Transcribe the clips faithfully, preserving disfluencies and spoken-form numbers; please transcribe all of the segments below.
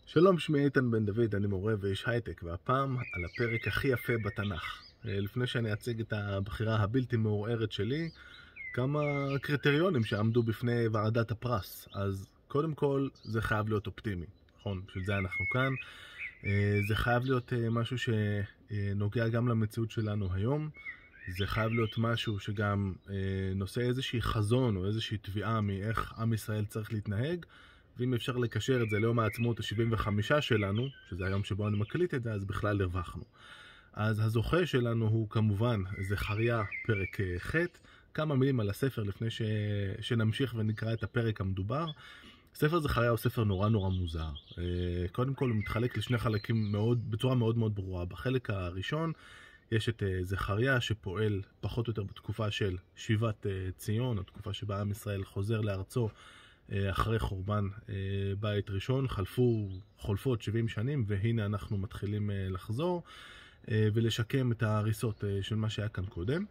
שלום, שמי איתן בן דוד, אני מורה ואיש הייטק, והפעם על הפרק הכי יפה בתנ"ך. לפני שאני אציג את הבחירה הבלתי מעורערת שלי, כמה קריטריונים שעמדו בפני ועדת הפרס. אז קודם כל, זה חייב להיות אופטימי, נכון? בשביל זה אנחנו כאן. זה חייב להיות משהו שנוגע גם למציאות שלנו היום. זה חייב להיות משהו שגם נושא איזושהי חזון או איזושהי תביעה מאיך עם ישראל צריך להתנהג. ואם אפשר לקשר את זה ליום העצמאות ה-שבעים וחמש שלנו, שזה היום שבו אני מקליט את זה, אז בכלל הרווחנו. אז הזוכה שלנו הוא כמובן זכריה פרק ח'. כמה מילים על הספר לפני ש... שנמשיך ונקרא את הפרק המדובר. ספר זכריה הוא ספר נורא נורא מוזר. קודם כל הוא מתחלק לשני חלקים מאוד, בצורה מאוד מאוד ברורה. בחלק הראשון יש את זכריה שפועל פחות או יותר בתקופה של שיבת ציון, התקופה שבה עם ישראל חוזר לארצו אחרי חורבן בית ראשון. חלפו חולפות שבעים שנים, והנה אנחנו מתחילים לחזור ולשקם את ההריסות של מה שהיה כאן קודם.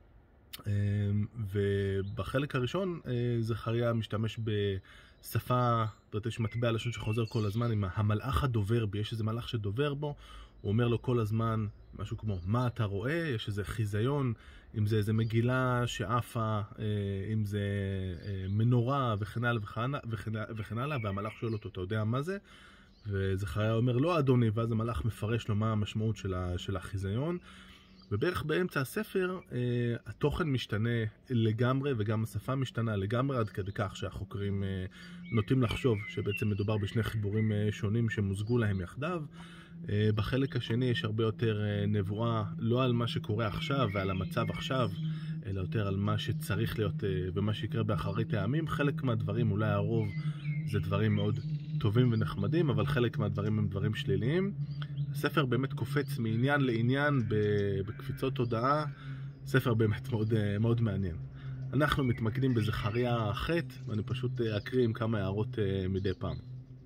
ובחלק הראשון זכריה משתמש בשפה, יש מטבע לשון שחוזר כל הזמן עם המלאך הדובר בי. יש איזה מלאך שדובר בו, הוא אומר לו כל הזמן משהו כמו מה אתה רואה, יש איזה חיזיון, אם זה איזה מגילה שעפה, אם זה מנורה וכן הלאה וכן הלאה, והמלאך שואל אותו, אתה יודע מה זה? וזכריה אומר לא אדוני, ואז המלאך מפרש לו מה המשמעות של החיזיון. ובערך באמצע הספר התוכן משתנה לגמרי, וגם השפה משתנה לגמרי, עד כדי כך שהחוקרים נוטים לחשוב שבעצם מדובר בשני חיבורים שונים שמוזגו להם יחדיו. בחלק השני יש הרבה יותר נבואה, לא על מה שקורה עכשיו ועל המצב עכשיו, אלא יותר על מה שצריך להיות ומה שיקרה באחרית הימים. חלק מהדברים, אולי הרוב, זה דברים מאוד טובים ונחמדים, אבל חלק מהדברים הם דברים שליליים. הספר באמת קופץ מעניין לעניין בקפיצות תודעה. ספר באמת מאוד, מאוד מעניין. אנחנו מתמקדים בזכריה ח', ואני פשוט אקריא עם כמה הערות מדי פעם.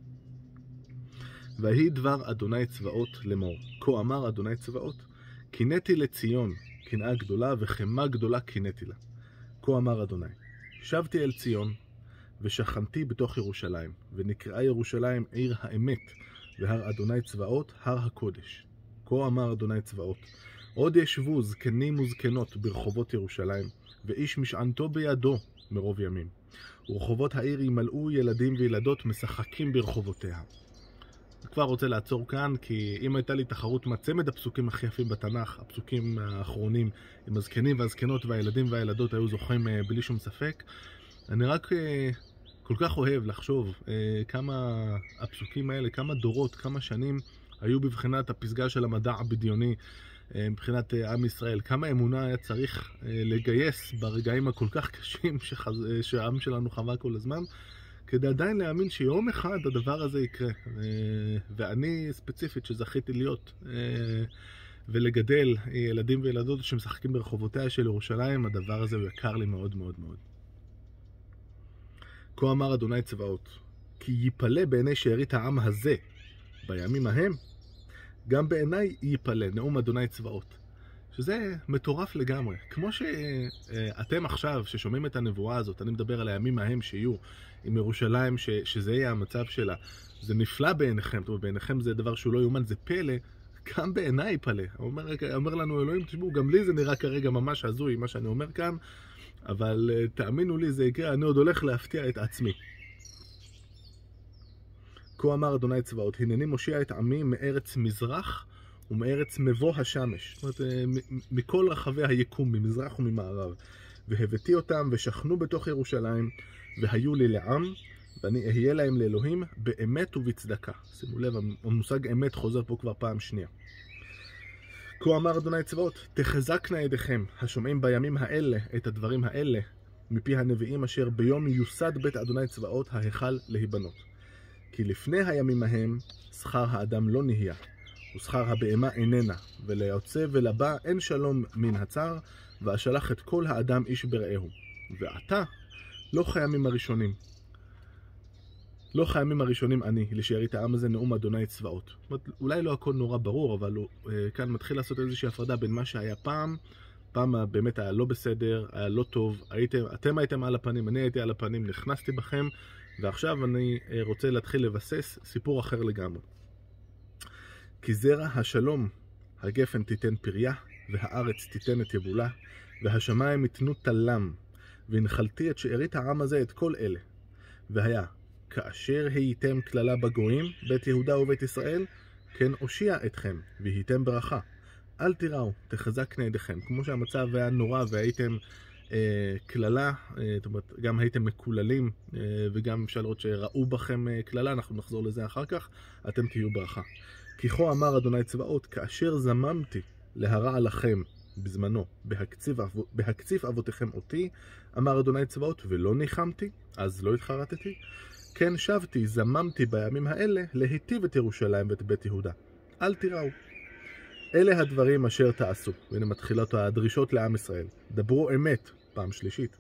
ויהי דבר אדוני צבאות לאמור, כה אמר אדוני צבאות, קינאתי לציון קנאה גדולה וחמה גדולה קינאתי לה. כה אמר אדוני, שבתי אל ציון ושכנתי בתוך ירושלים, ונקראה ירושלים עיר האמת, והר אדוני צבאות הר הקודש. כה אמר אדוני צבאות, עוד ישבו זקנים וזקנות ברחובות ירושלים, ואיש משענתו בידו מרוב ימים, ורחובות העיר ימלאו ילדים וילדות משחקים ברחובותיה. אני כבר רוצה לעצור כאן, כי אם הייתה לי תחרות מה צמד הפסוקים הכי יפים בתנ"ך, הפסוקים האחרונים עם הזקנים והזקנות והילדים והילדות היו זוכים בלי שום ספק. אני רק כל כך אוהב לחשוב כמה הפסוקים האלה, כמה דורות, כמה שנים היו בבחינת הפסגה של המדע הבדיוני, מבחינת עם ישראל. כמה אמונה היה צריך לגייס ברגעים הכל כך קשים שהעם שלנו חווה כל הזמן, כדי עדיין להאמין שיום אחד הדבר הזה יקרה. ואני ספציפית שזכיתי להיות ולגדל ילדים וילדות שמשחקים ברחובותיה של ירושלים, הדבר הזה הוא יקר לי מאוד מאוד מאוד. כה אמר אדוני צבאות, כי ייפלא בעיני שארית העם הזה בימים ההם, גם בעיניי ייפלא, נאום אדוני צבאות. שזה מטורף לגמרי. כמו שאתם עכשיו ששומעים את הנבואה הזאת, אני מדבר על הימים ההם שיהיו עם ירושלים, ש, שזה יהיה המצב שלה. זה נפלא בעיניכם, טוב, בעיניכם זה דבר שהוא לא יאומן, זה פלא, גם בעיניי פלא. אומר, אומר לנו אלוהים, תשמעו, גם לי זה נראה כרגע ממש הזוי מה שאני אומר כאן, אבל תאמינו לי, זה יקרה, אני עוד הולך להפתיע את עצמי. כה אמר אדוני צבאות, הנני מושיע את עמי מארץ מזרח ומארץ מבוא השמש. זאת אומרת, מכל רחבי היקום, ממזרח וממערב. והבאתי אותם ושכנו בתוך ירושלים, והיו לי לעם, ואני אהיה להם לאלוהים באמת ובצדקה. שימו לב, המושג אמת חוזר פה כבר פעם שנייה. כה אמר אדוני צבאות, תחזקנה ידיכם, השומעים בימים האלה את הדברים האלה, מפי הנביאים אשר ביום יוסד בית אדוני צבאות ההיכל להיבנות. כי לפני הימים ההם שכר האדם לא נהיה, ושכר הבהמה איננה, וליוצא ולבא אין שלום מן הצר, ואשלח את כל האדם איש ברעהו. ועתה לא חיימים הראשונים. לא חיימים הראשונים אני, לשארית העם הזה נאום אדוני צבאות. אולי לא הכל נורא ברור, אבל הוא כאן מתחיל לעשות איזושהי הפרדה בין מה שהיה פעם, פעם באמת היה לא בסדר, היה לא טוב, הייתם, אתם הייתם על הפנים, אני הייתי על הפנים, נכנסתי בכם, ועכשיו אני רוצה להתחיל לבסס סיפור אחר לגמרי. כי זרע השלום הגפן תיתן פריה, והארץ תיתן את יבולה, והשמיים יתנו תלם, והנחלתי את שארית העם הזה את כל אלה. והיה, כאשר הייתם כללה בגויים, בית יהודה ובית ישראל, כן אושיע אתכם, והייתם ברכה. אל תיראו, תחזקנה ידיכם. כמו שהמצב היה נורא והייתם אה, כללה, אה, זאת אומרת, גם הייתם מקוללים, אה, וגם אפשר לראות שראו בכם אה, כללה, אנחנו נחזור לזה אחר כך, אתם תהיו ברכה. כי כה אמר אדוני צבאות, כאשר זממתי להרע לכם בזמנו, בהקציף, בהקציף אבותיכם אותי, אמר אדוני צבאות, ולא ניחמתי, אז לא התחרטתי. כן שבתי, זממתי בימים האלה, להיטיב את ירושלים ואת בית יהודה. אל תיראו. אלה הדברים אשר תעשו. והנה מתחילות הדרישות לעם ישראל. דברו אמת, פעם שלישית.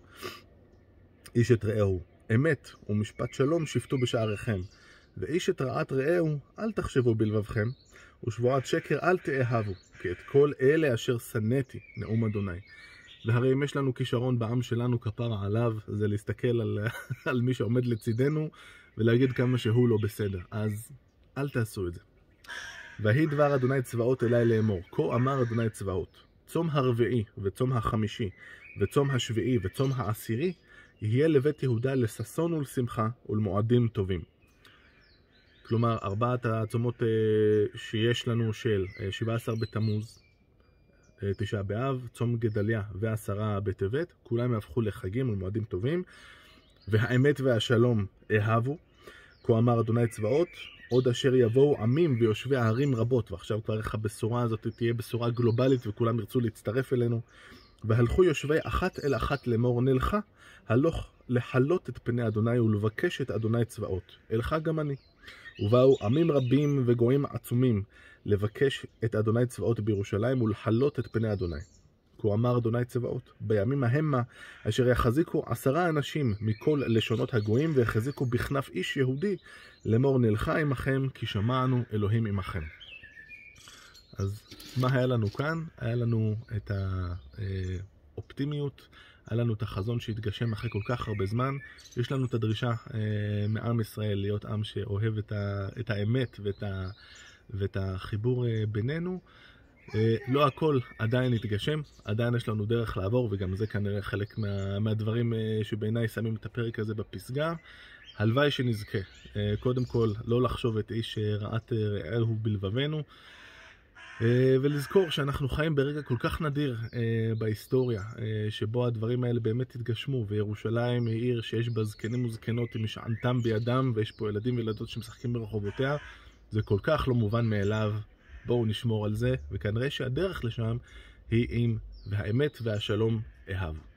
איש את רעהו, אמת ומשפט שלום שפטו בשעריכם. ואיש את רעת רעהו, אל תחשבו בלבבכם, ושבועת שקר אל תאהבו, כי את כל אלה אשר שנאתי, נאום אדוני. והרי אם יש לנו כישרון בעם שלנו כפרה עליו, זה להסתכל על, על מי שעומד לצידנו, ולהגיד כמה שהוא לא בסדר. אז אל תעשו את זה. והיא דבר אדוני צבאות אליי לאמור, כה אמר אדוני צבאות, צום הרביעי וצום החמישי, וצום השביעי וצום העשירי, יהיה לבית יהודה לששון ולשמחה ולמועדים טובים. כלומר, ארבעת הצומות שיש לנו של שבעה עשר בתמוז, תשעה באב, צום גדליה ועשרה בטבת, כולם יהפכו לחגים ולמועדים טובים, והאמת והשלום אהבו, כה אמר אדוני צבאות, עוד אשר יבואו עמים ויושבי הערים רבות, ועכשיו כבר איך הבשורה הזאת תהיה בשורה גלובלית וכולם ירצו להצטרף אלינו, והלכו יושבי אחת אל אחת לאמור נלכה, הלוך לחלות את פני אדוני ולבקש את אדוני צבאות, אלך גם אני. ובאו עמים רבים וגויים עצומים לבקש את אדוני צבאות בירושלים ולחלות את פני אדוני. כה אמר אדוני צבאות, בימים ההמה אשר יחזיקו עשרה אנשים מכל לשונות הגויים ויחזיקו בכנף איש יהודי לאמור נלכה עמכם כי שמענו אלוהים עמכם. אז מה היה לנו כאן? היה לנו את האופטימיות, היה לנו את החזון שהתגשם אחרי כל כך הרבה זמן, יש לנו את הדרישה אה, מעם ישראל להיות עם שאוהב את, ה, את האמת ואת, ה, ואת החיבור אה, בינינו. אה, לא הכל עדיין התגשם, עדיין יש לנו דרך לעבור, וגם זה כנראה חלק מה, מהדברים אה, שבעיניי שמים את הפרק הזה בפסגה. הלוואי שנזכה, אה, קודם כל לא לחשוב את איש רעת רעהו בלבבנו, ולזכור שאנחנו חיים ברגע כל כך נדיר אה, בהיסטוריה, אה, שבו הדברים האלה באמת התגשמו, וירושלים היא עיר שיש בה זקנים וזקנות עם משענתם בידם, ויש פה ילדים וילדות שמשחקים ברחובותיה. זה כל כך לא מובן מאליו, בואו נשמור על זה, וכנראה שהדרך לשם היא עם והאמת והשלום אהב.